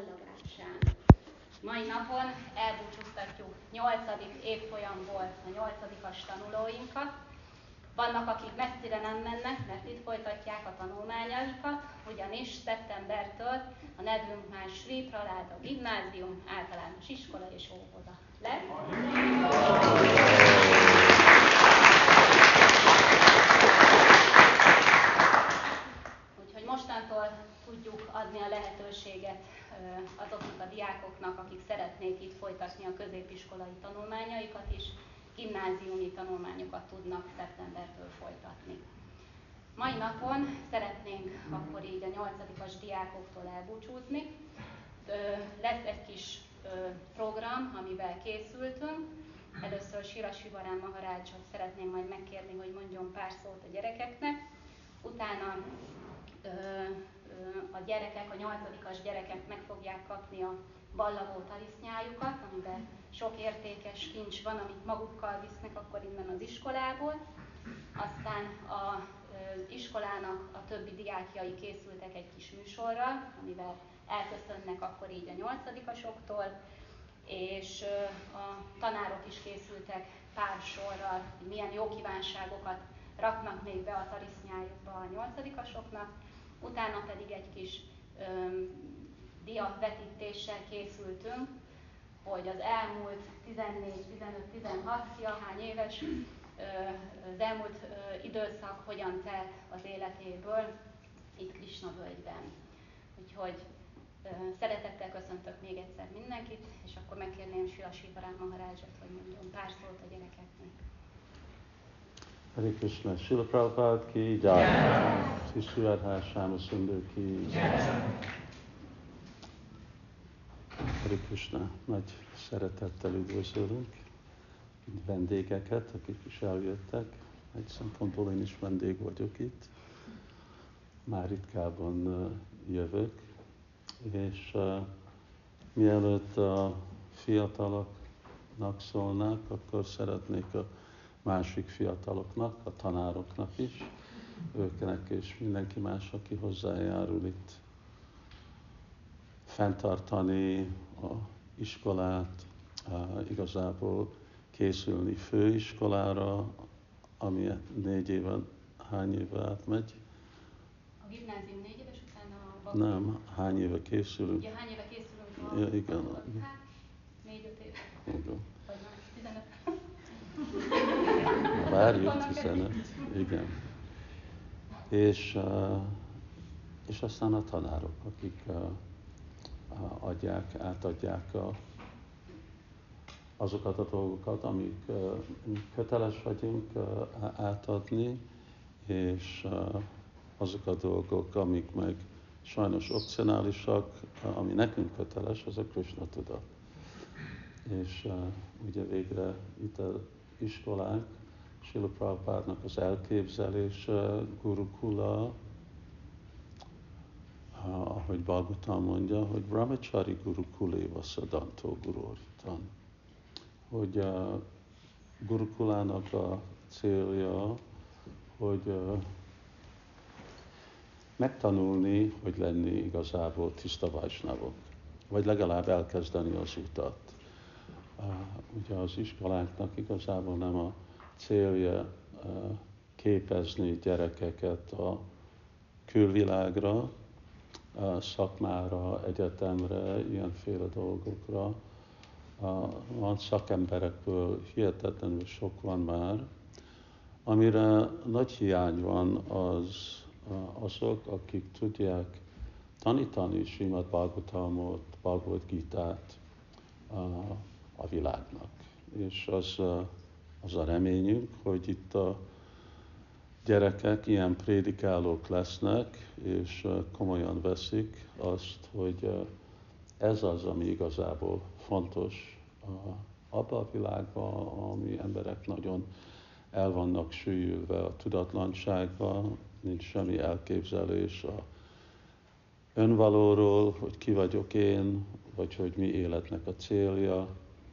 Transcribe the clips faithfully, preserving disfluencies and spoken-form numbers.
ballagásán. Mai napon elbúcsúztatjuk nyolcadik évfolyamból a nyolcadikas tanulóinkat. Vannak, akik messzire nem mennek, mert itt folytatják a tanulmányaikat, ugyanis szeptembertől a nevünk már Sri Praláda Gimnázium, általános iskola és óvoda lesz. Úgyhogy mostantól tudjuk adni a lehetőséget azoknak a diákoknak, akik szeretnék itt folytatni a középiskolai tanulmányaikat is, gimnáziumi tanulmányokat tudnak szeptembertől folytatni. Mai napon szeretnénk akkor így a nyolcadikas diákoktól elbúcsúzni. Lesz egy kis program, amivel készültünk. Először Sila Sivarán Maharácsot szeretném majd megkérni, hogy mondjon pár szót a gyerekeknek. Utána a gyerekek, a nyolcadikas gyerekek meg fogják kapni a ballagó talisznyájukat, amiben sok értékes kincs van, amit magukkal visznek akkor innen az iskolából. Aztán az iskolának a többi diákjai készültek egy kis műsorral, amivel elköszönnek akkor így a nyolcadikasoktól, és a tanárok is készültek pár sorral, hogy milyen jó kívánságokat raknak még be a talisznyájukba a nyolcadikasoknak. Utána pedig egy kis öm, diavetítéssel készültünk, hogy az elmúlt tizennégy, tizenöt, tizenhat, ahány éves ö, az elmúlt ö, időszak hogyan telt az életéből itt Krisna völgyben. Úgyhogy ö, szeretettel köszöntök még egyszer mindenkit, és akkor megkérném Sila Sivarán Maharácsot, hogy mondjon pár szót a gyerekeknek. Hare Krishna, Srila Prabhupada ki jai, Sri Sri Radha Shyama Sundar ki jai. Hare Krishna, nagy szeretettel üdvözlünk vendégeket, akik is eljöttek. Egy szempontból én is vendég vagyok itt. Már ritkábban jövök, és uh, mielőtt a fiataloknak szólnak, akkor szeretnék a másik fiataloknak, a tanároknak is, őknek és mindenki más, aki hozzájárul itt fenntartani a iskolát, igazából készülni főiskolára, ami négy éven, hány éve átmegy? A gimnázium négy éves, utána a bak... Nem, hány éve készülünk? Ja, hány éve készülünk? A... Ja, igen. Hát, négy-öt éve. Igen. Vagy már tizenöt. Várjuk, tizenöt. Igen. És, és aztán a tanárok, akik adják, átadják a, azokat a dolgokat, amik köteles vagyunk átadni, és azok a dolgok, amik meg sajnos opcionálisak, ami nekünk köteles, az a Krishna tudat. És ugye végre itt az iskolánk, Srila Prabhupádnak az elképzelése, Gurukula, ahogy Bhagavatam mondja, hogy Brahmachari Gurukuléva Sadanto Guroritan. Hogy uh, Gurukulának a célja, hogy uh, megtanulni, hogy lenni igazából tiszta vajsnavok, vagy legalább elkezdeni az utat. Uh, ugye az iskolánknak igazából nem a célja uh, képezni gyerekeket a külvilágra, a szakmára, egyetemre, ilyenféle dolgokra. Van szakemberekből hihetetlenül sok van már. Amire nagy hiány van, az azok, akik tudják tanítani Srimad Bhagavatamot, Bhagavad Gitát a világnak. És az, az a reményünk, hogy itt a gyerekek ilyen prédikálók lesznek, és komolyan veszik azt, hogy ez az, ami igazából fontos abban a világban, ami emberek nagyon el vannak süllyülve a tudatlanságban, nincs semmi elképzelés a önvalóról, hogy ki vagyok én, vagy hogy mi életnek a célja,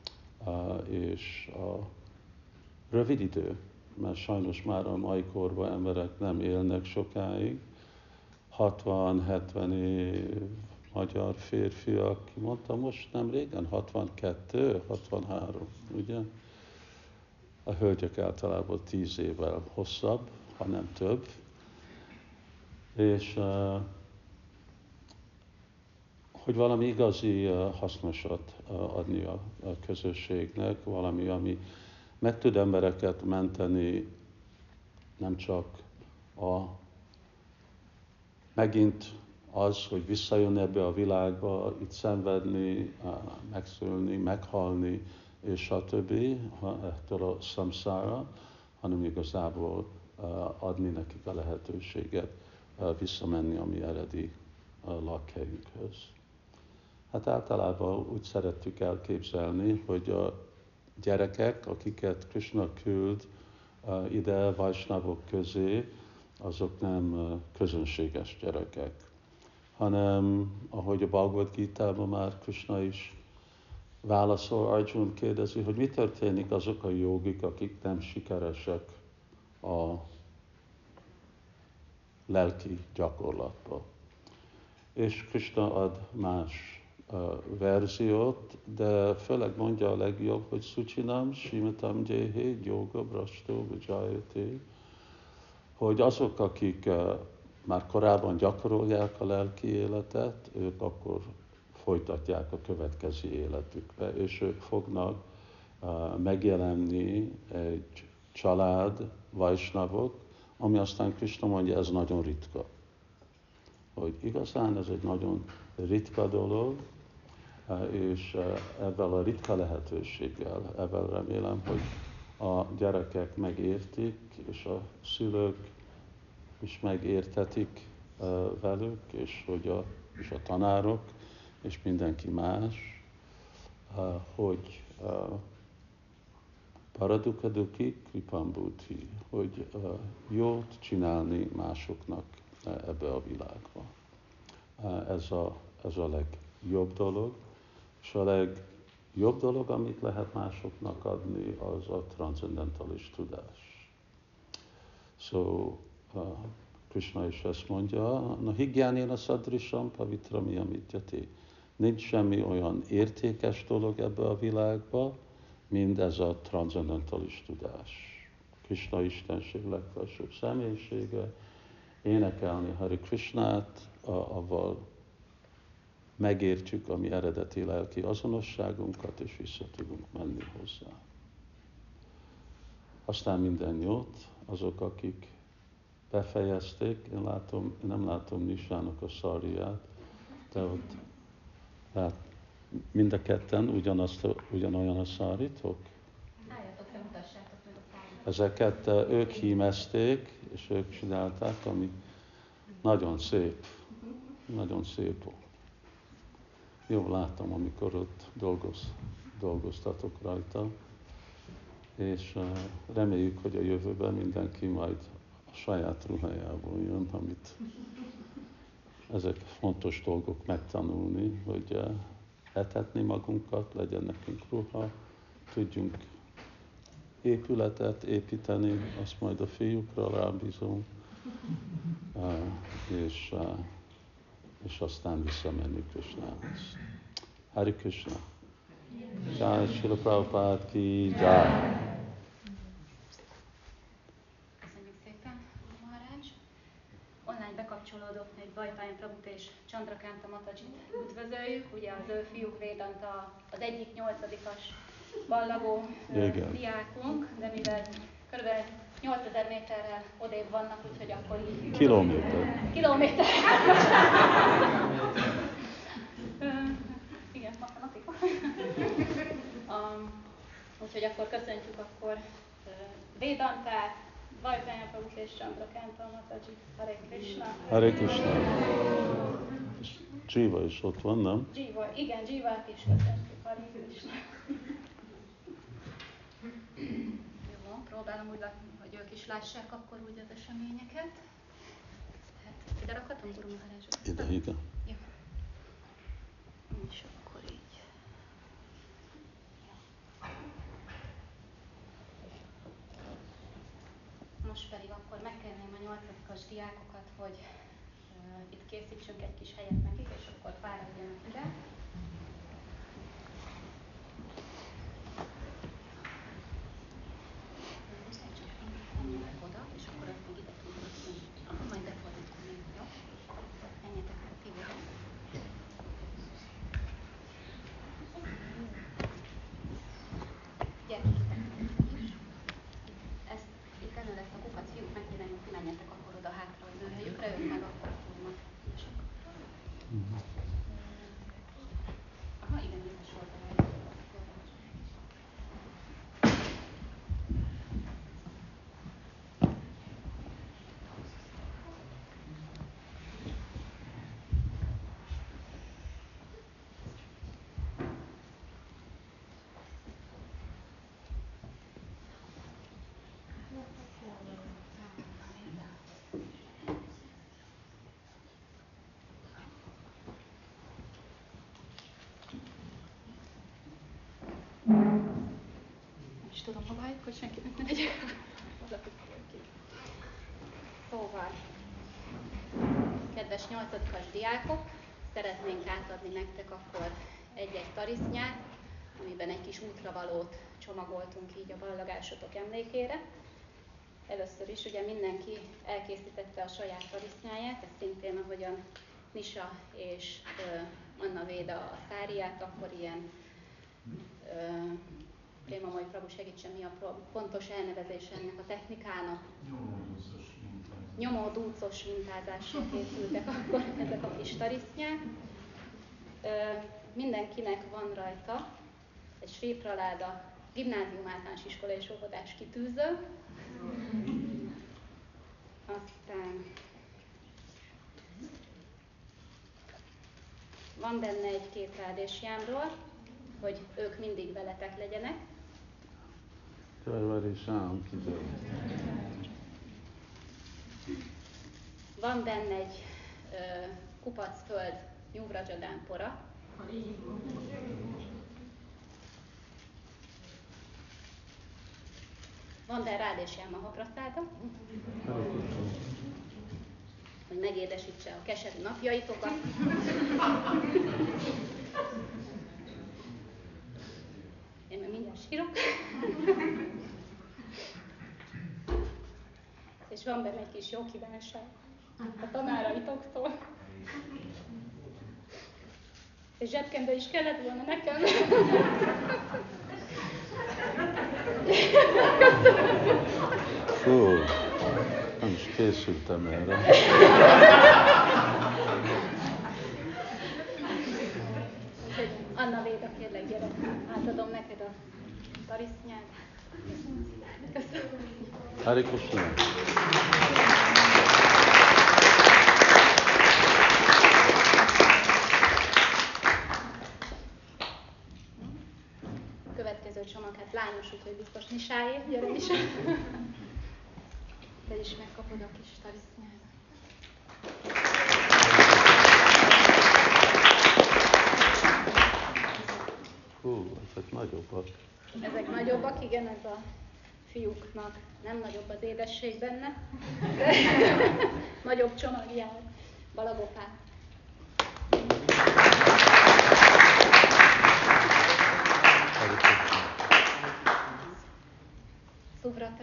és a rövid idő, mert sajnos már a mai korban emberek nem élnek sokáig, hatvan-hetven év, magyar férfi, aki mondta most nem régen, hatvankettő, hatvanhárom, ugye? A hölgyek általában tíz évvel hosszabb, ha nem több. És uh, hogy valami igazi uh, hasznosat uh, adni a, a közösségnek, valami, ami meg tud embereket menteni, nem csak a megint az, hogy visszajön ebbe a világba, itt szenvedni, megszülni, meghalni, és stb. Ettől a szamszára, hanem igazából adni nekik a lehetőséget visszamenni a mi eredeti lakhelyünkhöz. Hát általában úgy szerettük elképzelni, hogy a gyerekek, akiket Krishna küld ide Vajsnavok közé, azok nem közönséges gyerekek, hanem ahogy a Bhagavad Gitában már Krishna is válaszol, Arjun kérdezi, hogy mi történik azok a jogik, akik nem sikeresek a lelki gyakorlatba. És Krishna ad más uh, verziót, de főleg mondja a legjobb, hogy Suchinam, Shimatam Jehe, Yoga, Brashto, Vijayate, hogy azok, akik uh, már korábban gyakorolják a lelki életet, ők akkor folytatják a következő életükbe, és ők fognak uh, megjelenni egy család, vajsnavok, ami aztán Krishna mondja, ez nagyon ritka. Hogy igazán ez egy nagyon ritka dolog, és ebben a ritka lehetőséggel, ebben remélem, hogy a gyerekek megértik, és a szülők is megértetik velük, és, hogy a, és a tanárok, és mindenki más, hogy Paradukaduki Kripambhuti, hogy jót csinálni másoknak ebbe a világba. Ez a, ez a legjobb dolog, és a legjobb dolog, amit lehet másoknak adni, az a transzendentális tudás. So, uh, Krishna is ezt mondja, na higgyánén a szadrisam pavitram yamityati. Nincs semmi olyan értékes dolog ebbe a világba, mint ez a transzendentális tudás. Krishna Istenség legfelsőbb személyisége, énekelni Hare Krishnát, avval megértjük a mi eredeti lelki azonosságunkat, és vissza tudunk menni hozzá. Aztán minden jót, azok, akik befejezték, én, látom, én nem látom Nisának a szarját, de ott hát mind a ketten ugyanazt, ugyanolyan a szárítok? Álljatok fel, mutassátok meg a szárítót. Ezeket ők hímezték, és ők csinálták, ami nagyon szép, nagyon szép volt. Jó, láttam, amikor ott dolgoz, dolgoztatok rajta, és uh, reméljük, hogy a jövőben mindenki majd a saját ruhájából jön, amit ezek fontos dolgok megtanulni, hogy uh, etetni magunkat, legyen nekünk ruha, tudjunk épületet építeni, azt majd a fiúkra rábízom, uh, és, uh, és aztán visszamenni Krishnához. Hare Krishna! Jai Srila Prabhupada ki Jai! Köszönjük szépen, Maharaj! Online bekapcsolódott még Vajpályán Prabhut és Chandrakanta Matajit üdvözöljük. Ugye az ő fiúk Védanta az egyik nyolcadikas ballagó diákunk, de mivel kb. nyolcezer méterrel odébb vannak, úgyhogy akkor így... Kilométer. Kilométer. Igen, matematika. um, úgyhogy akkor köszöntjük akkor uh, Védantát, Vajpályán Prabhut és Chandrakanta Matajit. Hare Krishna. Hare Krishna. Jiva is ott van, nem? Jiva, igen, Jivát is köszöntjük. Hare Krishna. Jó, próbálom úgy látni, hogy ők is lássák akkor úgy az eseményeket. Hát, ide rakhatunk, Guru Maharaj? Ide, igen. Jó. És akkor így. Most pedig akkor megkérném a nyolcadikas diákokat, hogy uh, itt készítsünk egy kis helyet nekik, és akkor fáradjanak ide. Menjenek oda, és akkor azt meg ide tudjuk jönni. Majd befordítom még, jó? Menjetek meg ti oda. Gyertek is. Ez itt elő lesz a kupac, fiúk, meg kéne, hogy menjetek akkor oda hátra, hogy nőhelyükre, ők meg akkor fognak. Aha, igen, ez a sorba van. És tudom, hova álljuk, hogy senkinek ne legyen. Szóval, kedves nyolcadikás diákok, szeretnénk átadni nektek akkor egy-egy tarisznyát, amiben egy kis útravalót csomagoltunk így a ballagásotok emlékére. Először is ugye mindenki elkészítette a saját tarisznyáját, ez szintén ahogyan Nisa és uh, Anna Véda a száriát, akkor ilyen uh, Préma Mai Prabhu segítsen, mi a pontos elnevezés ennek a technikának. Nyomódúcos mintázással készültek akkor ezek a kis tarisznyák. Uh, mindenkinek van rajta egy Sri Praláda gimnázium általános iskola és óvodás kitűző. Aztán van benne egy-két rádés jámról, hogy ők mindig veletek legyenek. Van benne egy ö, kupac föld nyúvradzsadán pora. Van benne rádés jám a hapraszáda, hogy megédesítse a keserű napjaitokat. Én meg mindjárt sírok. És van benne egy kis jó kívánság a tanáraitoktól. És zsebkendő is kellett volna nekem. Fú, nem is készültem erre. Anna Véda, kérlek, gyere, átadom neked a tarisznyát. Köszönöm. Hare Krishna. Következő csomag, hát lányos, úgyhogy biztos Nisáé, gyere is. Te is megkapod a kis tarisznyát. Hú, ezek nagyobbak. Ezek nagyobbak, igen, ez a fiúknak nem nagyobb az édesség benne. Nagyobb csomag jár. Balagopát. Szuvrata.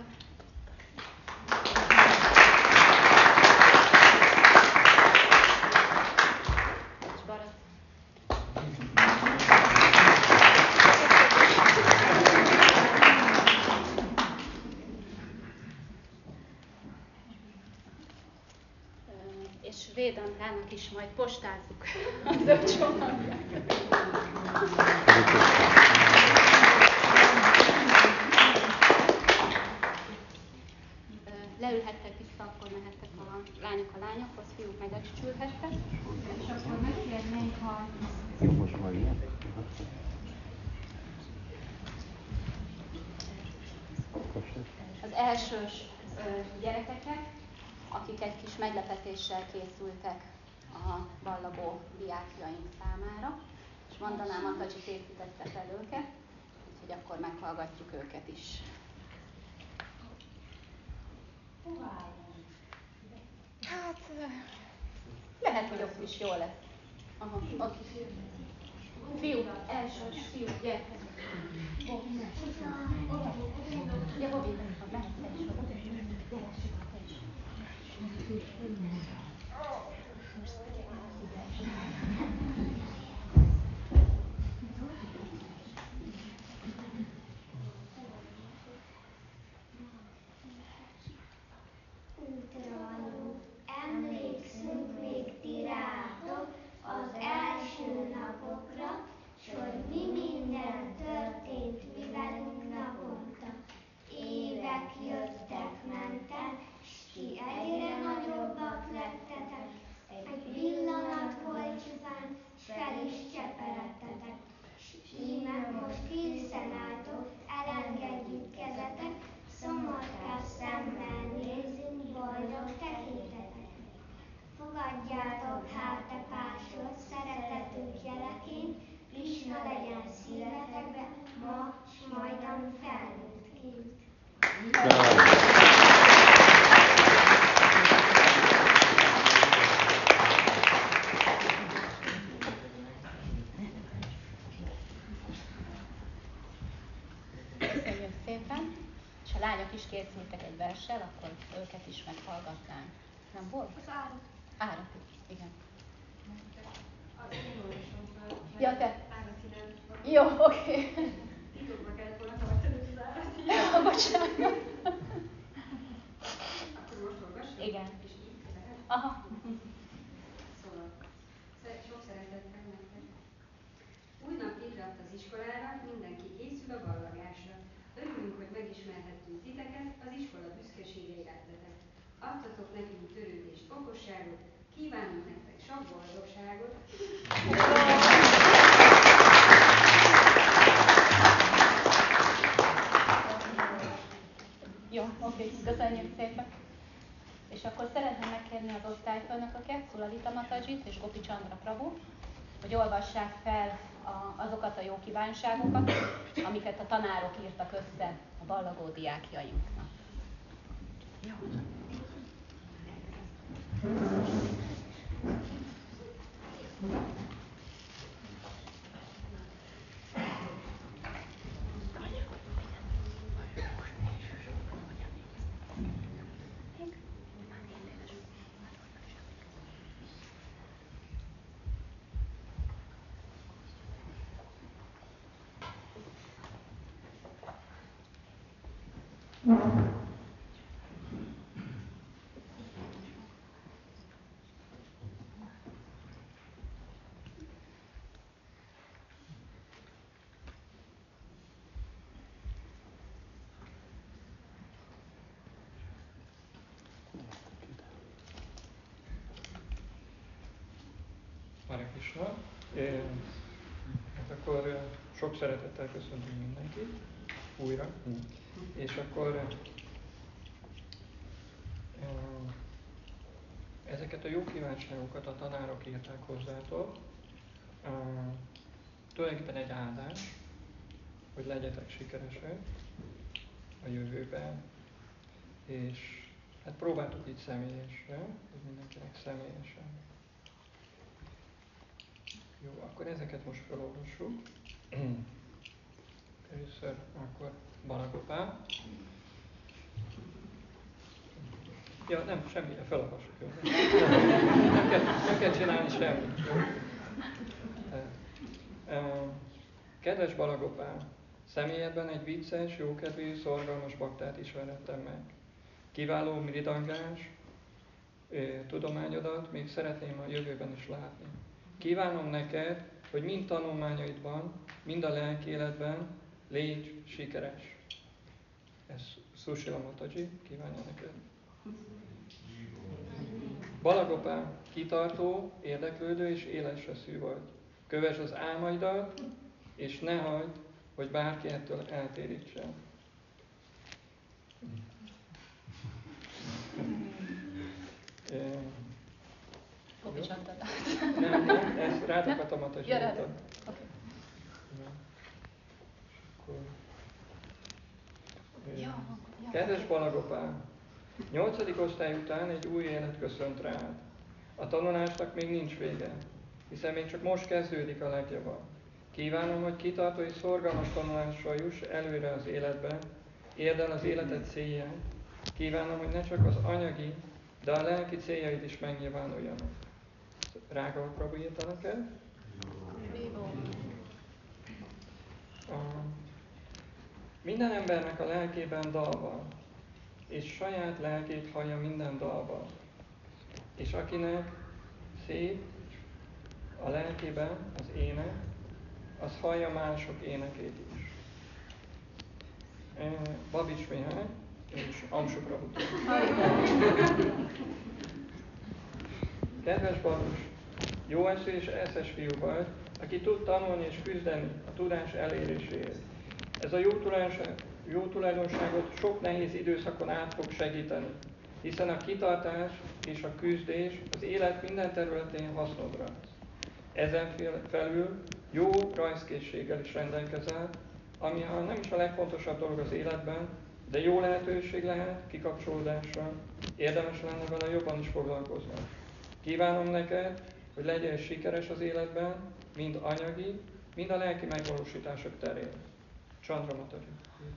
És Barat. És Védantának is majd postázzuk az ő csomagját. Leülhettek vissza, akkor mehettek a lányok a lányokhoz, fiúk meg lecsülhettek. És akkor megkérnénk, ha... Most már ilyen? Az elsős gyerekeket, akik egy kis meglepetéssel készültek a ballagó diákjaink számára, és mondanám, a Tacsi készítette fel őket, úgyhogy akkor meghallgatjuk őket is. Hát, Lehet, hogy ott is jó lesz. Aha, ott is. Fiú, elsős, fiú, gyere. Bobby. Ja, Bobby, mehetsz te is oda. Gyere, Siva, te is. Útra való, emlékszünk még ti rátok az első napokra, s hogy mi minden történt mi velünk naponta. Évek jöttek, mentek, s ti egyre nagyobbak lettetek, egy pillanat volt csupán, s fel is cseperedtetek. S íme most készen álltok, elengedjük kezetek, szomorkás szemmel nézünk, boldog tekintetek. Fogadjátok hát e pásot szeretetünk jeleként, Krisna legyen szívetekbe, ma s majdan felnőttként. Köszönjük szépen. És a lányok is készültek egy verssel, akkor őket is meghallgatnánk. Nem volt? Az árat. Árat is, igen. Az én olvasom fel. Ja, te. Árat irány. Jó, oké. Titokba kellett volna tartani az árat. Ja, bocsánat. Akkor most olvassam? Igen. És így lehet? Aha. Szóval, sok szeretettel nektek. Új nap ébredt az iskolára, mindenki készül a ballagásra. Örülünk, hogy megismerhettünk titeket, az iskola büszkeségei lettetek. Adtatok nekünk törődést, okosságot, kívánunk nektek sok boldogságot. Jó, oké, köszönjük szépen. És akkor szeretném megkérni az osztályfőnököket, Szulalita Matajit és Gopi Chandra Prabhu, hogy olvassák fel a, azokat a jó kívánságokat, amiket a tanárok írtak össze a ballagó diákjainknak. Jó. Hare Krishna. Hát akkor sok szeretettel köszöntünk mindenkit újra. És akkor ezeket a jó kívánságokat a tanárok írták hozzátok. Tulajdonképpen egy áldás, hogy legyetek sikeresek a jövőben. És hát próbáltuk így személyesre, hogy mindenkinek személyesen. Jó, akkor ezeket most felolvassuk. Először akkor Balagopál. Ja, nem, semmi, felolvassuk. Jó. Nem, kell, nem kell csinálni semmit. Kedves Balagopál, személyedben egy vicces, jókedvű, szorgalmas baktát ismerhettem meg. Kiváló mridangás, tudományodat még szeretném a jövőben is látni. Kívánom neked, hogy mind tanulmányaidban, mind a lelki életben légy sikeres. Ez Sushila Mataji kívánja neked. Balagopál, kitartó, érdeklődő és éles eszű vagy. Kövesd az álmaidat, és ne hagyd, hogy bárki ettől eltérítsen. Gopi Chandra. Nem, nem, ezt rátok a Mataji. Ja, rád. Oké. Kedves Balagopál, nyolcadik osztály után egy új élet köszönt rád. A tanulásnak még nincs vége, hiszen még csak most kezdődik a legjobban. Kívánom, hogy kitartó és szorgalmas tanulással juss előre az életbe, érd el az életed célját. Kívánom, hogy ne csak az anyagi, de a lelki céljaid is megnyilvánuljanak. Rága a Prabhu írta neked? A... Minden embernek a lelkében dal van, és saját lelkét hallja minden dalban. És akinek szép a lelkében az ének, az hallja mások énekét is. Babics Mihály és Amsu Prabhu. Kedves Balus, jó eszű és eszes fiú vagy, aki tud tanulni és küzdeni a tudás eléréséért. Ez a jó tulajdonság, jó tulajdonságot sok nehéz időszakon át fog segíteni, hiszen a kitartás és a küzdés az élet minden területén hasznodra. Ezen felül jó rajzkészséggel is rendelkezel, ami ha nem is a legfontosabb dolog az életben, de jó lehetőség lehet kikapcsolódásra, érdemes lenne vele jobban is foglalkozni. Kívánom neked, hogy legyél sikeres az életben, mind anyagi, mind a lelki megvalósítások terén. Chandra Mataji.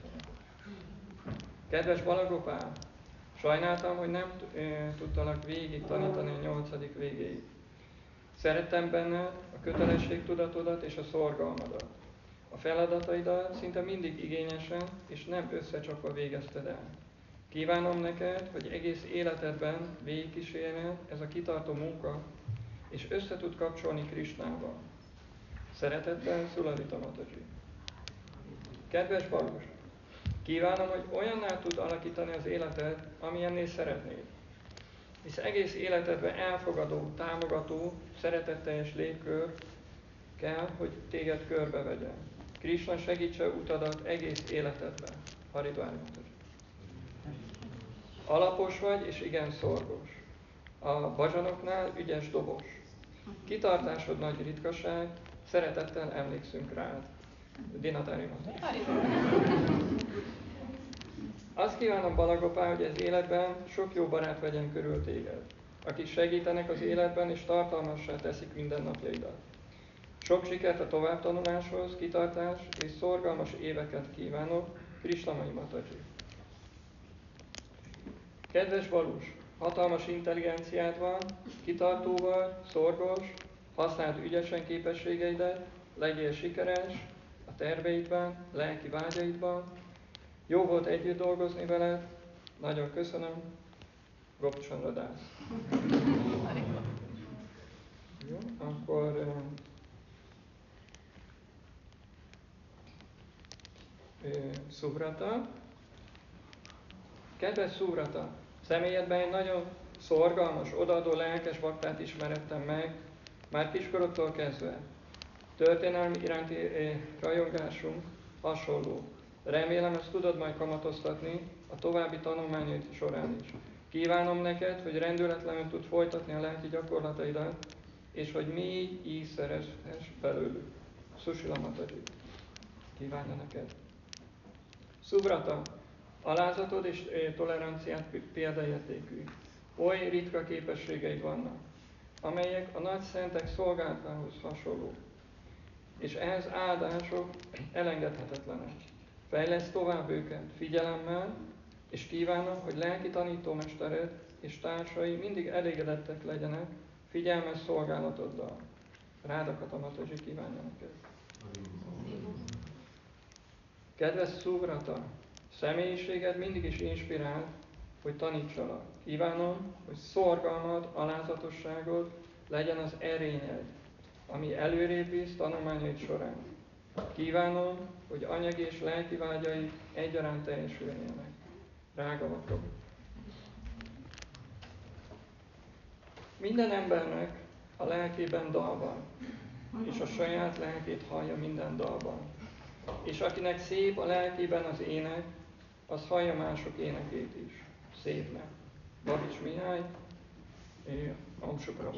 Kedves Balagopál, sajnáltam, hogy nem tudtalak végig tanítani a nyolcadik végéig. Szerettem benne a kötelességtudatodat és a szorgalmadat. A feladataidat szinte mindig igényesen és nem összecsapva végezted el. Kívánom neked, hogy egész életedben végigkísérjen ez a kitartó munka, és össze tud kapcsolni Krisnával. Szeretettel, Szulalita Mataji. Kedves Balus, kívánom, hogy olyanná tud alakítani az életed, amilyennél szeretnéd. Hisz egész életedben elfogadó, támogató, szeretetteljes légkör kell, hogy téged körbevegyen. Krisna segítse utadat egész életedben. Haridvári Mataji. Alapos vagy és igen szorgos. A bazsanoknál ügyes dobos. Kitartásod nagy ritkaság, szeretettel emlékszünk rád. Dinatári Mataji. Azt kívánom, Balagopál, hogy az életben sok jó barát vegyen körül téged, akik segítenek az életben és tartalmassá teszik mindennapjaidat. Sok sikert a továbbtanuláshoz, kitartás és szorgalmas éveket kívánok, Krishnamai Mataji. Kedves Balus, hatalmas intelligenciád van, kitartó vagy, szorgos, használd ügyesen képességeidet, legyél sikeres a terveidben, lelki vágyaidban. Jó volt együtt dolgozni veled, nagyon köszönöm, Gopchandra Dász. Jó, akkor uh, Szubrata. Kedves Szubrata, személyedben egy nagyon szorgalmas, odaadó, lelkes baktát ismerettem meg, már kiskorodtól kezdve. Történelmi iránti eh, rajongásunk hasonló. Remélem, ezt tudod majd kamatoztatni a további tanulmányaid során is. Kívánom neked, hogy rendületlenül tud folytatni a lelki gyakorlataidat, és hogy mély íz szerezhess belőlük. Sushila Mataji kívánja neked. Szubrata, alázatod és toleranciát példaértékű. Oly ritka képességeid vannak, amelyek a nagy szentek szolgálatához hasonló, és ehhez áldások elengedhetetlenek. Fejleszd tovább őket figyelemmel, és kívánom, hogy lelki tanítómestered és társai mindig elégedettek legyenek figyelmes szolgálatoddal. Rádakata Mataji kívánja neked. Kedves Szubrata, személyiséged mindig is inspirál, hogy tanítsalak. Kívánom, hogy szorgalmad, alázatosságod legyen az erényed, ami előrébb visz tanulmányaid során. Kívánom, hogy anyagi és lelki vágyai egyaránt teljesüljenek. Rága Prabhu. Minden embernek a lelkében dal van, és a saját lelkét hallja minden dalban. És akinek szép a lelkében az ének, az hallja mások énekét is. Szépnek. Babics Mihály, Amsu Prabhu.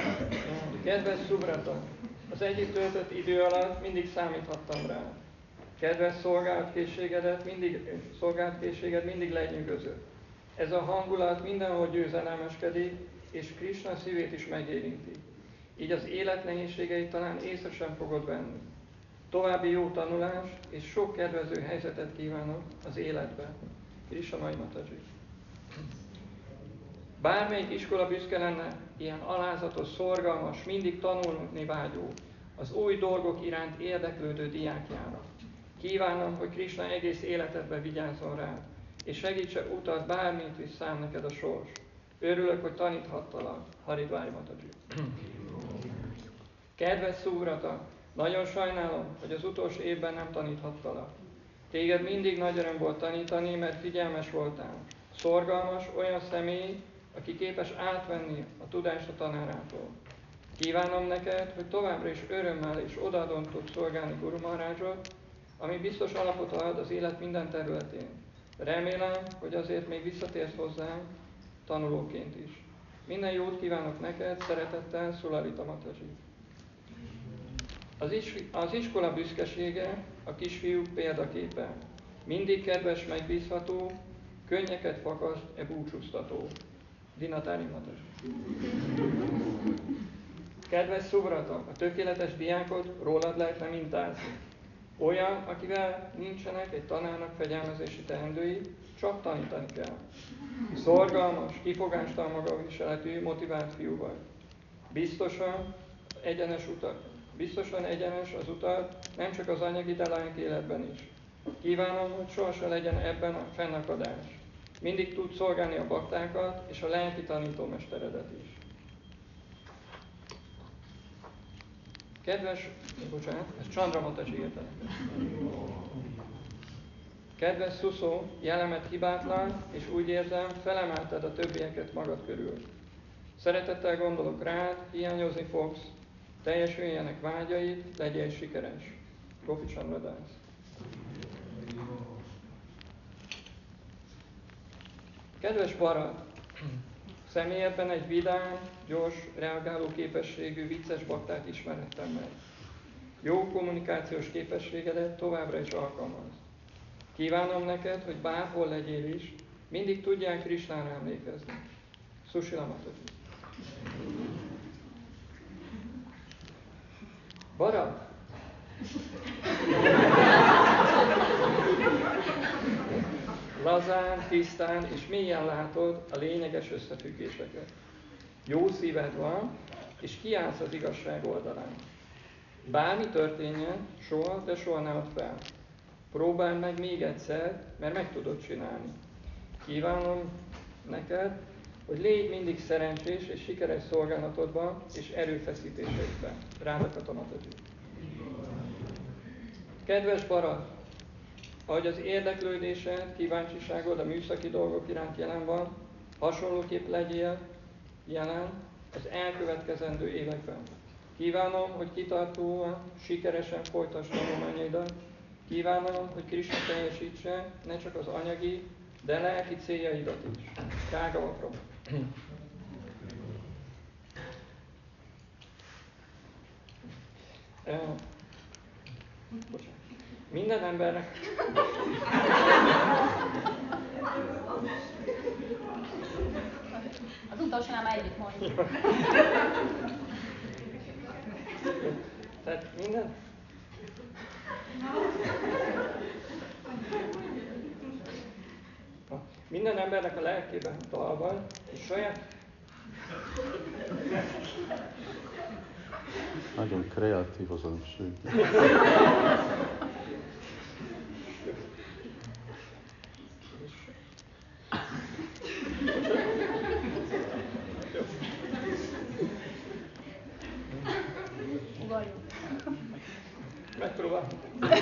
Kedves Szubrata, az együtt töltött idő alatt mindig számíthattam rá. Kedves szolgálatkészségedet mindig, szolgálatkészséged mindig lenyűgöző. Ez a hangulat mindenhol győzelemeskedik, és Krisna szívét is megérinti. Így az élet nehézségeit talán észre sem fogod venni. További jó tanulást és sok kedvező helyzetet kívánok az életben. Krisna Mai Mataji. Bármelyik iskola büszke lenne ilyen alázatos, szorgalmas, mindig tanulni vágyó, az új dolgok iránt érdeklődő diákjára. Kívánom, hogy Krisna egész életedben vigyázzon rád, és segítse utat, bármit visz szám neked a sors. Örülök, hogy taníthattalak. Haridvári Mataji. Kedves Szúrata, nagyon sajnálom, hogy az utolsó évben nem taníthattalak. Téged mindig nagy öröm volt tanítani, mert figyelmes voltál. Szorgalmas, olyan személy, aki képes átvenni a tudást a tanárától. Kívánom neked, hogy továbbra is örömmel és odaadon tudsz szolgálni Guru Maharajot, ami biztos alapot ad az élet minden területén. Remélem, hogy azért még visszatérsz hozzánk tanulóként is. Minden jót kívánok neked, szeretettel, Sularita Mataji. Az, is, az iskola büszkesége, a kisfiúk példaképe. Mindig kedves, megbízható, könnyeket fakaszt e búcsúztató. Dinatári Mataji. Kedves Szuvrata, a tökéletes diákot rólad lehetne mintázni. Olyan, akivel nincsenek egy tanárnak fegyelmezési teendői, csak tanítani kell. Szorgalmas, kifogástalan magaviseletű, motivált fiú vagy. Biztosan egyenes utat. Biztosan egyenes az utat, nem csak az anyagi, de lelki életben is. Kívánom, hogy sohasem legyen ebben a fennakadás. Mindig tud szolgálni a baktákat és a lelki tanítómesteredet is. Kedves, bocsánat, ez Chandra Mataji írta. Kedves Szuszó, jellemet hibátlan, és úgy érzem, felemelted a többieket magad körül. Szeretettel gondolok rád, hiányozni fogsz, teljesüljenek vágyaid, legyél sikeres. Gopi Chandra Das. Kedves Bharat, személyedben egy vidám, gyors, reagáló képességű, vicces baktát ismerhettem meg. Jó kommunikációs képességedet továbbra is alkalmazd. Kívánom neked, hogy bárhol legyél is, mindig tudjál Krisnára emlékezni. Sushila Mataji. Bharat! Lazán, tisztán és mélyen látod a lényeges összefüggéseket. Jó szíved van, és kiállsz az igazság oldalán. Bármi történjen, soha, de soha ne add fel. Próbáld meg még egyszer, mert meg tudod csinálni. Kívánom neked, hogy légy mindig szerencsés és sikeres szolgálatodban és erőfeszítéseidben. Rádakata Mataji. Kedves Bharat! Ahogy az érdeklődésed, kíváncsiságod a műszaki dolgok iránt jelen van, hasonlóképp legyél jelen az elkövetkezendő években. Kívánom, hogy kitartóan, sikeresen folytasd tanulmányaidat. Kívánom, hogy Krisna teljesítse ne csak az anyagi, de lelki céljaidat is. Rágava Prabhu. Bocsánat. Minden embernek... Az utolsónál már együtt mondjuk. Tehát minden... Minden embernek a lelkében dal van, és saját... Nagyon kreatív az önség. Megpróbálom.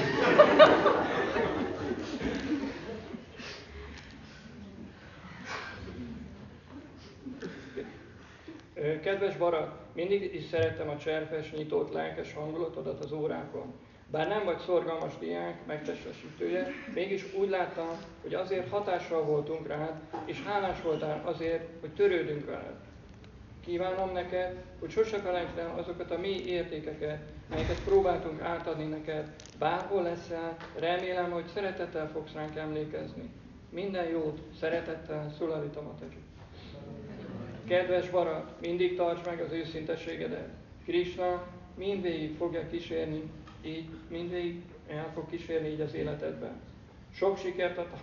Kedves Bharat, mindig is szerettem a cserpes, nyitott, lelkes hangulatodat az órákon. Bár nem vagy szorgalmas diák, megtestesítője, mégis úgy láttam, hogy azért hatással voltunk rád, és hálás voltál azért, hogy törődünk veled. Kívánom neked, hogy sose felejtsd el azokat a mély értékeket, melyeket próbáltunk átadni neked. Bárhol leszel, remélem, hogy szeretettel fogsz ránk emlékezni. Minden jót, szeretettel, Szulalita Mataji. Kedves barát, mindig tartsd meg az őszinteségedet. Krishna mindvégig fogja kísérni, így mindvégig el fog kísérni így az életedben. Sok sikert a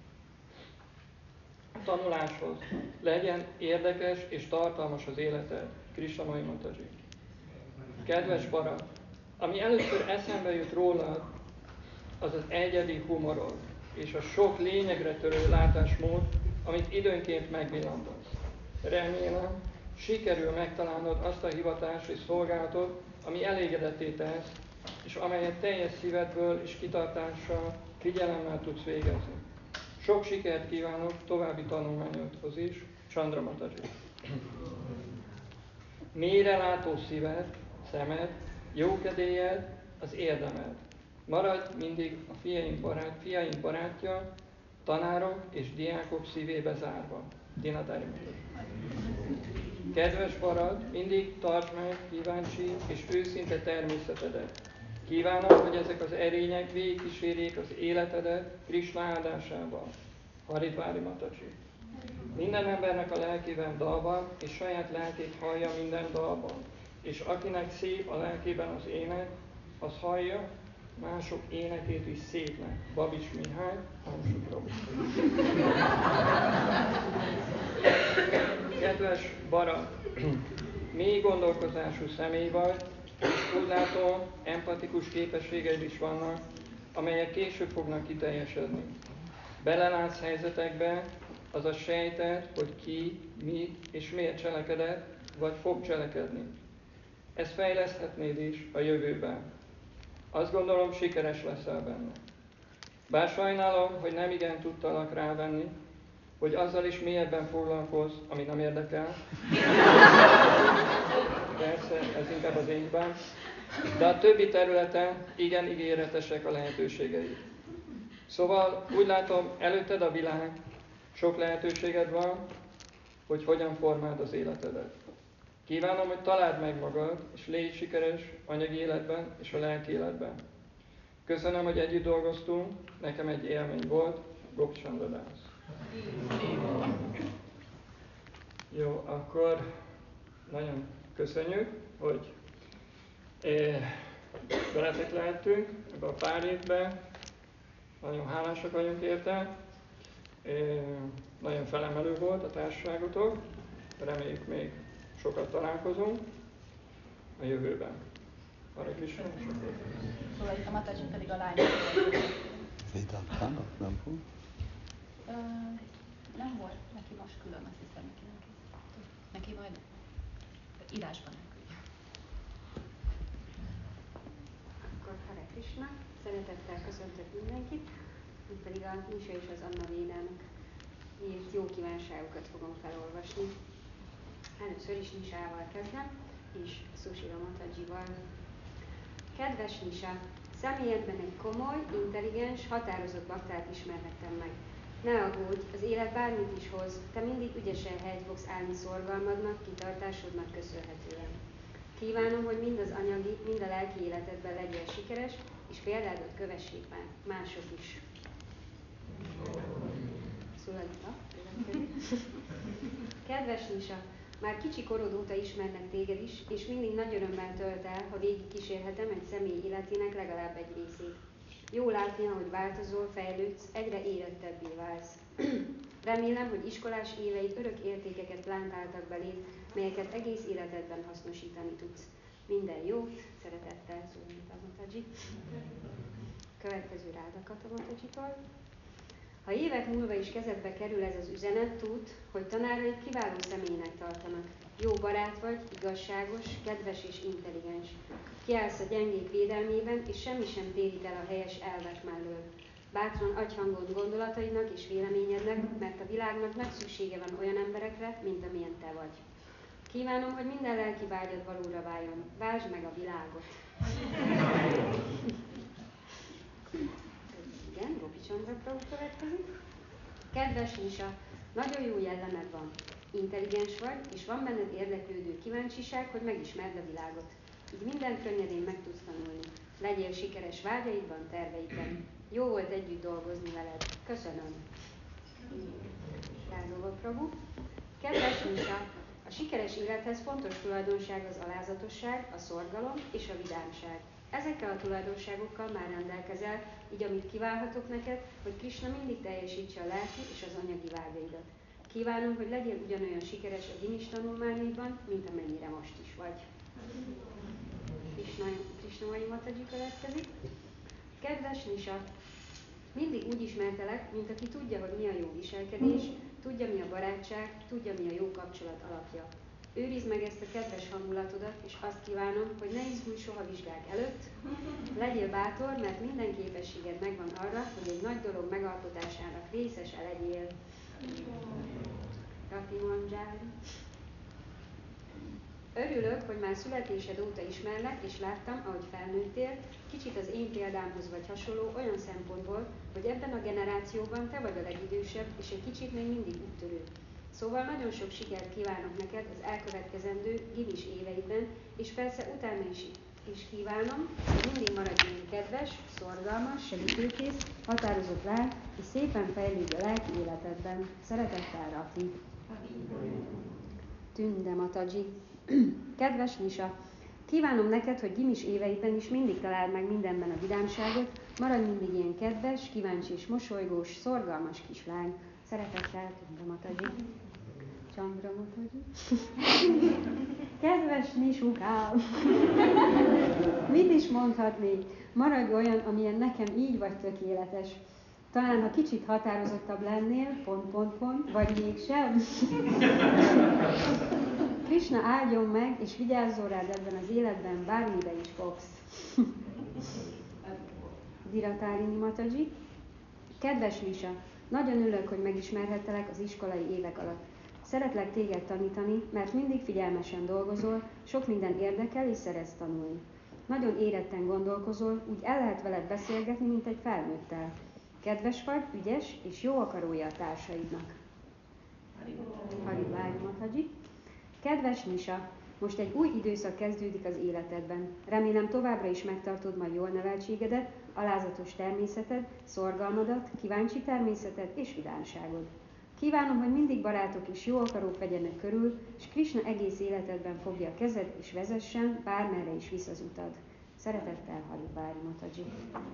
tanuláshoz. Legyen érdekes és tartalmas az életed. Krishna Mai Mataji. Kedves barát, ami először eszembe jut rólad, az az egyedi humorod, és a sok lényegre törő látásmód, amit időnként megvillantasz. Remélem, sikerül megtalálnod azt a hivatást és szolgálatot, ami elégedetté tesz, és amelyet teljes szívedből és kitartással, figyelemmel tudsz végezni. Sok sikert kívánok további tanulmányodhoz is, Chandra Mataji. Mélyre látó szíved, szemed, jókedélyed, az érdemed. Maradj mindig a fiaink, barát, fiaink barátja, tanárok és diákok szívébe zárva. Dinadari Mataji. Kedves barát, mindig tartsd meg kíváncsi és őszinte természetedet. Kívánom, hogy ezek az erények végigkísérjék az életedet Krishna áldásával. Haridvári Mataji. Minden embernek a lelkében dal van, és saját lelkét hallja minden dalban. És akinek szép a lelkében az ének, az hallja mások énekét is szépnek. Babis Mihály, Hamsukrom. Kedves barát, mély gondolkozású személy vagy, és úgy látom, empatikus képességeid is vannak, amelyek később fognak kiteljesedni. Belelátsz helyzetekbe, azaz sejted, hogy ki, mit és miért cselekedett, vagy fog cselekedni. Ezt fejleszthetnéd is a jövőben. Azt gondolom, sikeres leszel benne. Bár sajnálom, hogy nem igen tudtalak rávenni, hogy azzal is mélyebben foglalkozz, ami nem érdekel. Persze, ez inkább az én hibám. De a többi területen igen ígéretesek a lehetőségeid. Szóval úgy látom, előtted a világ, sok lehetőséged van, hogy hogyan formáld az életedet. Kívánom, hogy találd meg magad, és légy sikeres anyagi életben és a lelki életben. Köszönöm, hogy együtt dolgoztunk, nekem egy élmény volt, Gopi Chandra Das. Jó, akkor nagyon köszönjük, hogy veletek lehetünk ebben a pár évben. Nagyon hálásak vagyunk érte. Nagyon felemelő volt a társaságotok. Reméljük még sokat találkozunk a jövőben. Hare Krishna. Szóval itt a Mataji pedig a lány. Védantának nem volt? Nem volt, neki most külön, azt hiszem, neki nem készítettük. Neki majd írásban elküldjük. Akkor Hare Krishna, szeretettel köszöntök mindenkit, mint pedig a Nisa és az Anna Védának írt jó kívánságokat fogom felolvasni. Először is Nisával kezdem, és Sushila Matajival. Kedves Nisa, személyedben egy komoly, intelligens, határozott baktát ismerhettem meg. Ne aggódj, az élet bármit is hoz, te mindig ügyesen helyt fogsz állni szorgalmadnak, kitartásodnak köszönhetően. Kívánom, hogy mind az anyagi, mind a lelki életedben legyél sikeres, és példádat kövessék már mások is. Szulalita, kedves Nisa, már kicsi korod óta ismernek téged is, és mindig nagy örömmel tölt el, ha végig kísérhetem egy személy életének legalább egy részét. Jó látni, ahogy változol, fejlődsz, egyre érettebbé válsz. Remélem, hogy iskolás éveid örök értékeket plántáltak beléd, melyeket egész életedben hasznosítani tudsz. Minden jót, szeretettel, Szulalita Mataji. Következő Rádakata Matajitól. Ha évek múlva is kezedbe kerül ez az üzenet, tudd, hogy tanáraid kiváló személynek tartanak. Jó barát vagy, igazságos, kedves és intelligens. Kiállsz a gyengék védelmében, és semmi sem térít el a helyes elvek mellől. Bátran adj hangot gondolataidnak és véleményednek, mert a világnak nagy szüksége van olyan emberekre, mint amilyen te vagy. Kívánom, hogy minden lelki vágyad valóra váljon. Váltsd meg a világot! Igen, Gopi Chandra Prabhu következik. Kedves Nisa, nagyon jó jellemed van. Intelligens vagy, és van benned érdeklődő kíváncsiság, hogy megismerd a világot. Így minden könnyedén meg tudsz tanulni. Legyél sikeres vágyaidban, terveidben. Jó volt együtt dolgozni veled. Köszönöm. Rágolva Prabhu. Kedves Nisa, a sikeres élethez fontos tulajdonság az alázatosság, a szorgalom és a vidámság. Ezekkel a tulajdonságokkal már rendelkezel, így amit kívánhatok neked, hogy Krishna mindig teljesítse a lelki és az anyagi vágyaidat. Kívánom, hogy legyél ugyanolyan sikeres a gimis tanulmányaidban, mint amennyire most is vagy. Krishna, Krishna Mai Mataji következik. Kedves Nisa, mindig úgy ismertelek, mint aki tudja, hogy mi a jó viselkedés, tudja, mi a barátság, tudja, mi a jó kapcsolat alapja. Őrizd meg ezt a kedves hangulatodat, és azt kívánom, hogy ne izgulj soha vizsgák előtt. Legyél bátor, mert minden képességed megvan arra, hogy egy nagy dolog megalkotásának részese legyél. Rati Manjari. Örülök, hogy már születésed óta ismerlek, és láttam, ahogy felnőttél, kicsit az én példámhoz vagy hasonló olyan szempontból, hogy ebben a generációban te vagy a legidősebb, és egy kicsit még mindig úttörő. Szóval nagyon sok sikert kívánok neked az elkövetkezendő gimis éveidben, és persze utána is, is kívánom, hogy mindig maradj ilyen kedves, szorgalmas, segítőkész, határozott lelk, és szépen fejlődj a lelki életedben. Szeretettel, Rati. Tünde Mataji. Kedves Nisa, kívánom neked, hogy gimis éveidben is mindig találd meg mindenben a vidámságot, maradj mindig ilyen kedves, kíváncsi és mosolygós, szorgalmas kislány. Szeretettel, Tünde Mataji. Chandra Mataji. Kedves Nisukám! Mit is mondhatnék? Maradj olyan, amilyen nekem így vagy tökéletes. Talán, ha kicsit határozottabb lennél, pont, pont, pont, vagy mégsem. Krishna áldjon meg, és vigyázzon rád ebben az életben, bármibe is fogsz. Diratárini Mataji. Kedves Nisa, nagyon örülök, hogy megismerhettelek az iskolai évek alatt. Szeretlek téged tanítani, mert mindig figyelmesen dolgozol, sok minden érdekel és szeretsz tanulni. Nagyon éretten gondolkozol, úgy el lehet veled beszélgetni, mint egy felnőttel. Kedves vagy, ügyes és jó akarója a társaidnak. Harivári Mataji. Kedves Nisa, most egy új időszak kezdődik az életedben. Remélem továbbra is megtartod majd jól neveltségedet, alázatos természeted, szorgalmadat, kíváncsi természeted és vidámságod. Kívánom, hogy mindig barátok és jó akarók vegyenek körül, és Krishna egész életedben fogja a kezed és vezessen, bármerre is visz az utad. Szeretettel, Harivári Mataji.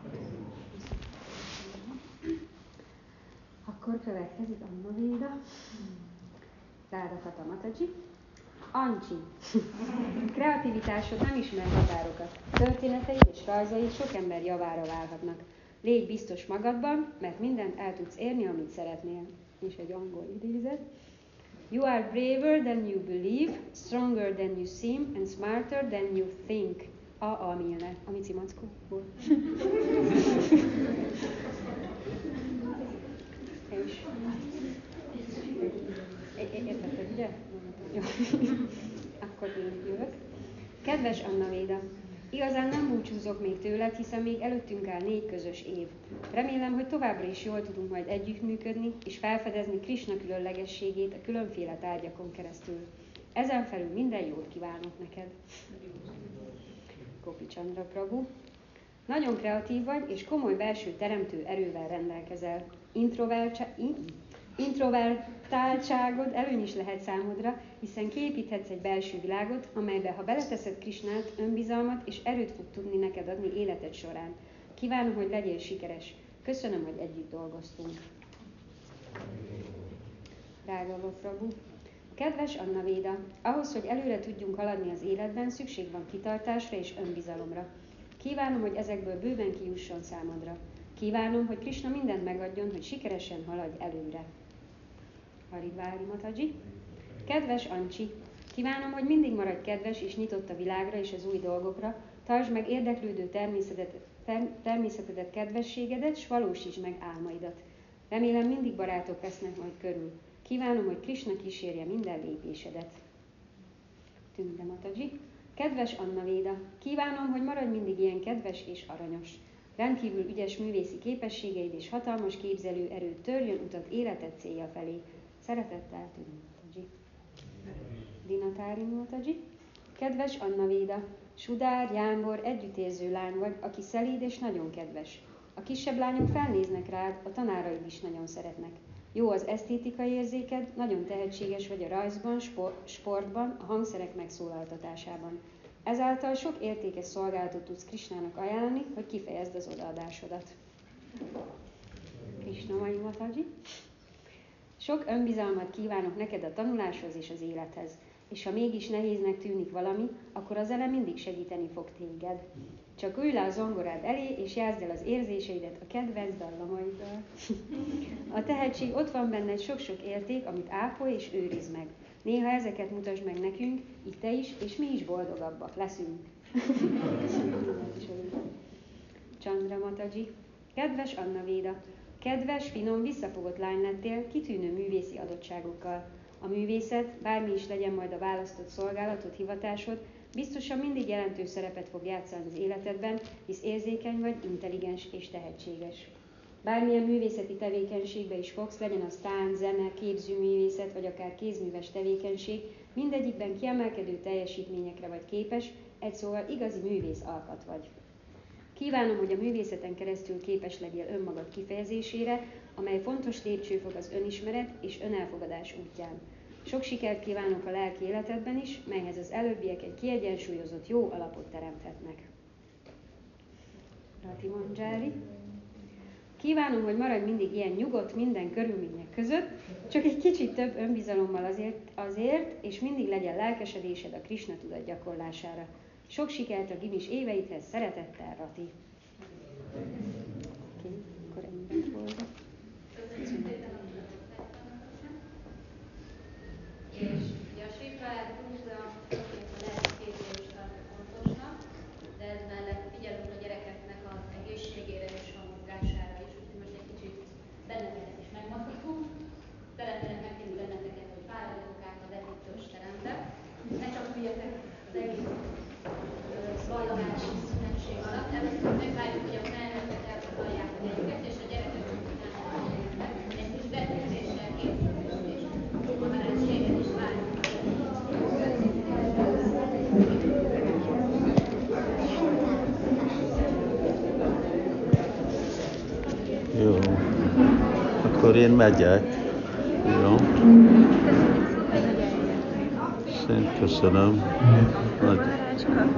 Akkor következik Anna Véda. Rádakata Mataji. Ancsi. Kreativitásod nem ismer határokat. Történeteid és rajzaid sok ember javára válhatnak. Légy biztos magadban, mert mindent el tudsz érni, amit szeretnél. És egy angol idézet. You are braver than you believe, stronger than you seem, and smarter than you think. A. A. Milner. Amici Mackó. És értetted, ugye? Jó. Akkor én jövök. Kedves Anna Véda, igazán nem búcsúzok még tőled, hiszen még előttünk áll négy közös év. Remélem, hogy továbbra is jól tudunk majd együttműködni, és felfedezni Krishna különlegességét a különféle tárgyakon keresztül. Ezen felül minden jót kívánok neked. Gopi Chandra Prabhu. Nagyon kreatív vagy, és komoly belső teremtő erővel rendelkezel. Introvertáltságod előny is lehet számodra, hiszen kiépíthetsz egy belső világot, amelybe, ha beleteszed Krishnát, önbizalmat és erőt fog tudni neked adni életed során. Kívánom, hogy legyél sikeres. Köszönöm, hogy együtt dolgoztunk. Rágava Prabhu. Kedves Anna Véda, ahhoz, hogy előre tudjunk haladni az életben, szükség van kitartásra és önbizalomra. Kívánom, hogy ezekből bőven kijusson számodra. Kívánom, hogy Krishna mindent megadjon, hogy sikeresen haladj előre. Harivári Mataji. Kedves Ancsi, kívánom, hogy mindig maradj kedves és nyitott a világra és az új dolgokra, tartsd meg érdeklődő természetet, ter, természetedet, kedvességedet, s valósítsd meg álmaidat. Remélem mindig barátok vesznek majd körül. Kívánom, hogy Krishna kísérje minden lépésedet. Tünde Mataji. Kedves Anna Véda, kívánom, hogy maradj mindig ilyen kedves és aranyos. Rendkívül ügyes művészi képességeid és hatalmas képzelő erőt törjön utat életed célja felé. Szeretettel, Tünde Mataji. Kári Mataji. Kedves Anna Véda, Sudár, Jámbor, együttérző lány vagy, aki szelíd és nagyon kedves. A kisebb lányok felnéznek rád, a tanáraid is nagyon szeretnek. Jó az esztétikai érzéked, nagyon tehetséges vagy a rajzban, sportban, a hangszerek megszólaltatásában. Ezáltal sok értékes szolgálatot tudsz Krisnának ajánlani, hogy kifejezd az odaadásodat. Krishnamai Mataji. Sok önbizalmat kívánok neked a tanuláshoz és az élethez, és ha mégis nehéznek tűnik valami, akkor az ele mindig segíteni fog téged. Csak ülj le a zongorád elé, és játszd el az érzéseidet a kedvenc dallamaiddal. A tehetség ott van benned sok-sok érték, amit ápolj és őrizd meg. Néha ezeket mutasd meg nekünk, így te is, és mi is boldogabbak leszünk. Chandra Mataji. Kedves Anna Véda, kedves, finom, visszafogott lány lettél, kitűnő művészi adottságokkal. A művészet, bármi is legyen majd a választott szolgálatod, hivatásod, biztosan mindig jelentős szerepet fog játszani az életedben, hisz érzékeny vagy, intelligens és tehetséges. Bármilyen művészeti tevékenységbe is fogsz, legyen az tánc, zene, képzőművészet vagy akár kézműves tevékenység, mindegyikben kiemelkedő teljesítményekre vagy képes, egy szóval igazi művész alkat vagy. Kívánom, hogy a művészeten keresztül képes legyél önmagad kifejezésére, amely fontos lépcsőfok az önismeret és önelfogadás útján. Sok sikert kívánok a lelki életedben is, melyhez az előbbiek egy kiegyensúlyozott jó alapot teremthetnek. Rati Manjari. Kívánom, hogy maradj mindig ilyen nyugodt minden körülmények között, csak egy kicsit több önbizalommal azért, azért, és mindig legyen lelkesedésed a Krisna tudat gyakorlására. Sok sikert a gimis éveidhez, szeretettel, Rati. Oké, akkor ennyi volt. És ugye a Sri-Család Krúza a lelki tartja fontosnak, de ez mellett figyelünk a gyerekeknek az egészségére és a mozgására is, úgyhogy most egy kicsit benneteket is megmozgatunk. Szeretnének megkérni benneteket, hogy fáradjatok át az együttős terembe. Ne csak üljetek az egész vallamási szünetség alatt. Először megvárjuk, hogy a felnőttek elfoglalják a jegyüket, és a gyerekek utána meg. Egy kis betűzéssel készítést és a veretséget is várjuk. Jó, akkor én megyek. Jó. Szép köszönöm. Nagy